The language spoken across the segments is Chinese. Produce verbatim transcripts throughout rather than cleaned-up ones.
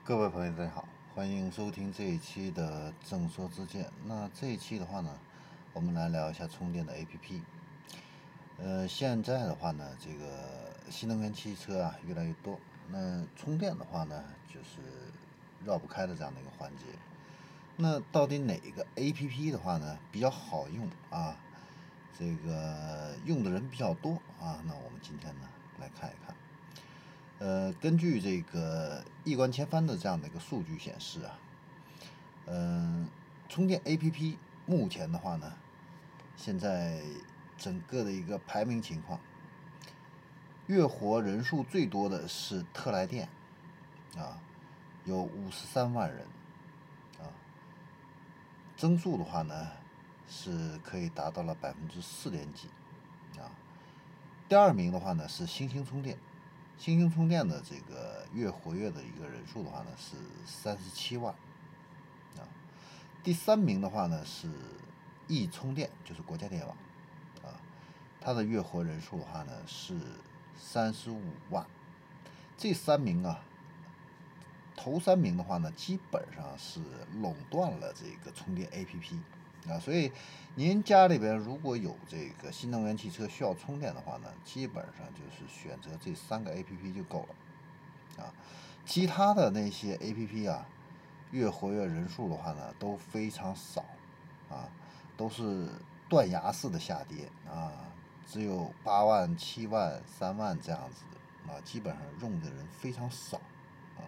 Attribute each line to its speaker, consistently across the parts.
Speaker 1: 各位朋友，大家好，欢迎收听这一期的正说之见。那这一期的话呢，我们来聊一下充电的 A P P。呃，现在的话呢，这个新能源汽车啊越来越多，那充电的话呢，就是绕不开的这样的一个环节。那到底哪个 A P P 的话呢比较好用啊？这个用的人比较多啊？那我们今天呢来看一看。呃，根据这个易观千帆的这样的一个数据显示啊，嗯、呃，充电 A P P 目前的话呢，现在整个的一个排名情况，月活人数最多的是特来电啊，有五十三万人啊，增速的话呢是可以达到了百分之四点几啊。第二名的话呢是星星充电。星星充电的这个月活跃的一个人数的话呢是三十七万啊，第三名的话呢是易充电，就是国家电网啊，它的月活人数的话呢是三十五万。这三名啊，头三名的话呢，基本上是垄断了这个充电 A P P 啊，所以您家里边如果有这个新能源汽车需要充电的话呢，基本上就是选择这三个 A P P 就够了啊。其他的那些 A P P 啊，月活跃人数的话呢都非常少啊，都是断崖式的下跌啊，只有八万、七万、三万这样子的啊，基本上用的人非常少啊。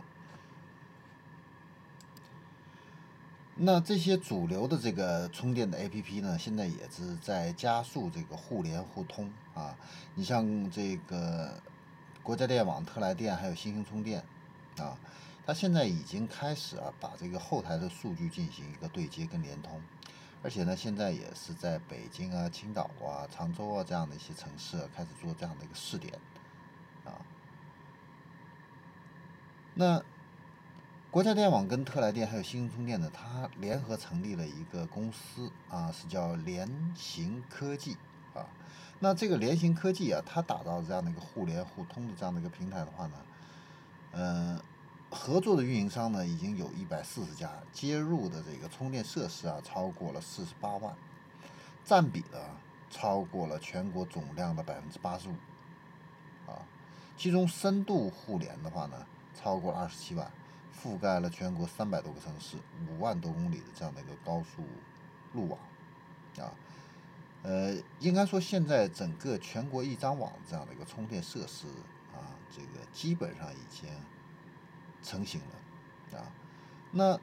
Speaker 1: 那这些主流的这个充电的 A P P 呢，现在也是在加速这个互联互通啊。你像这个国家电网、特来电还有星星充电啊，它现在已经开始啊把这个后台的数据进行一个对接跟连通，而且呢，现在也是在北京啊、青岛啊、常州啊这样的一些城市、啊、开始做这样的一个试点啊。那国家电网跟特来电还有星星充电呢，它联合成立了一个公司啊，是叫联行科技啊。那这个联行科技啊，它打造这样的一个互联互通的这样的一个平台的话呢，呃，合作的运营商呢已经有一百四十家，接入的这个充电设施啊超过了四十八万，占比呢超过了全国总量的百分之八十五啊。其中深度互联的话呢，超过了二十七万。覆盖了全国三百多个城市，五万多公里的这样的一个高速路网啊，呃，应该说现在整个全国一张网这样的一个充电设施啊，这个基本上已经成型了啊。那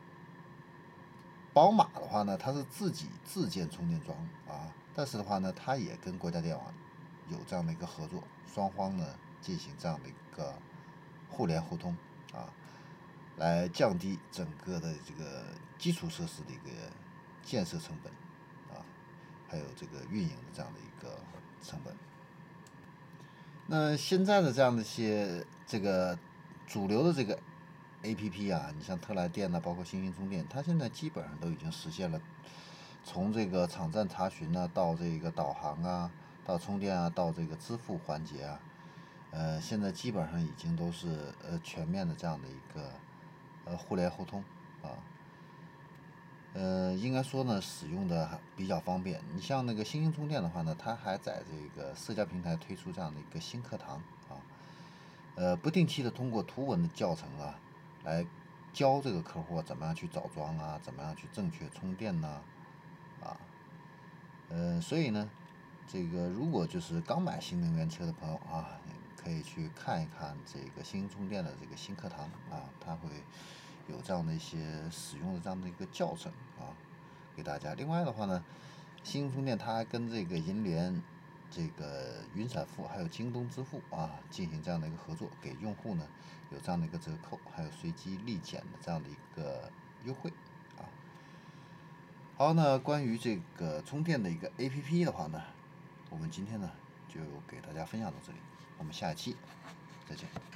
Speaker 1: 宝马的话呢，它是自己自建充电桩啊，但是的话呢，它也跟国家电网有这样的一个合作，双方呢进行这样的一个互联互通啊。来降低整个的这个基础设施的一个建设成本啊，还有这个运营的这样的一个成本。那现在的这样的一些这个主流的这个 A P P 啊，你像特来电呐、啊，包括星星充电，它现在基本上都已经实现了从这个场站查询呢、啊，到这个导航啊，到充电啊，到这个支付环节啊，呃，现在基本上已经都是呃全面的这样的一个。呃，互联互通啊，呃，应该说呢，使用的还比较方便。你像那个星星充电的话呢，它还在这个社交平台推出这样的一个新课堂啊，呃，不定期的通过图文的教程啊，来教这个客户怎么样去找桩啊，怎么样去正确充电呐、啊，啊，呃，所以呢，这个如果就是刚买新能源车的朋友啊，可以去看一看这个星星充电的这个新课堂啊，它会有这样的一些使用的这样的一个教程啊，给大家。另外的话呢，星星充电它还跟这个银联、这个云闪付还有京东支付啊进行这样的一个合作，给用户呢有这样的一个折扣，还有随机立减的这样的一个优惠啊。好，那关于这个充电的一个 A P P 的话呢，我们今天呢就给大家分享到这里，我们下一期再见。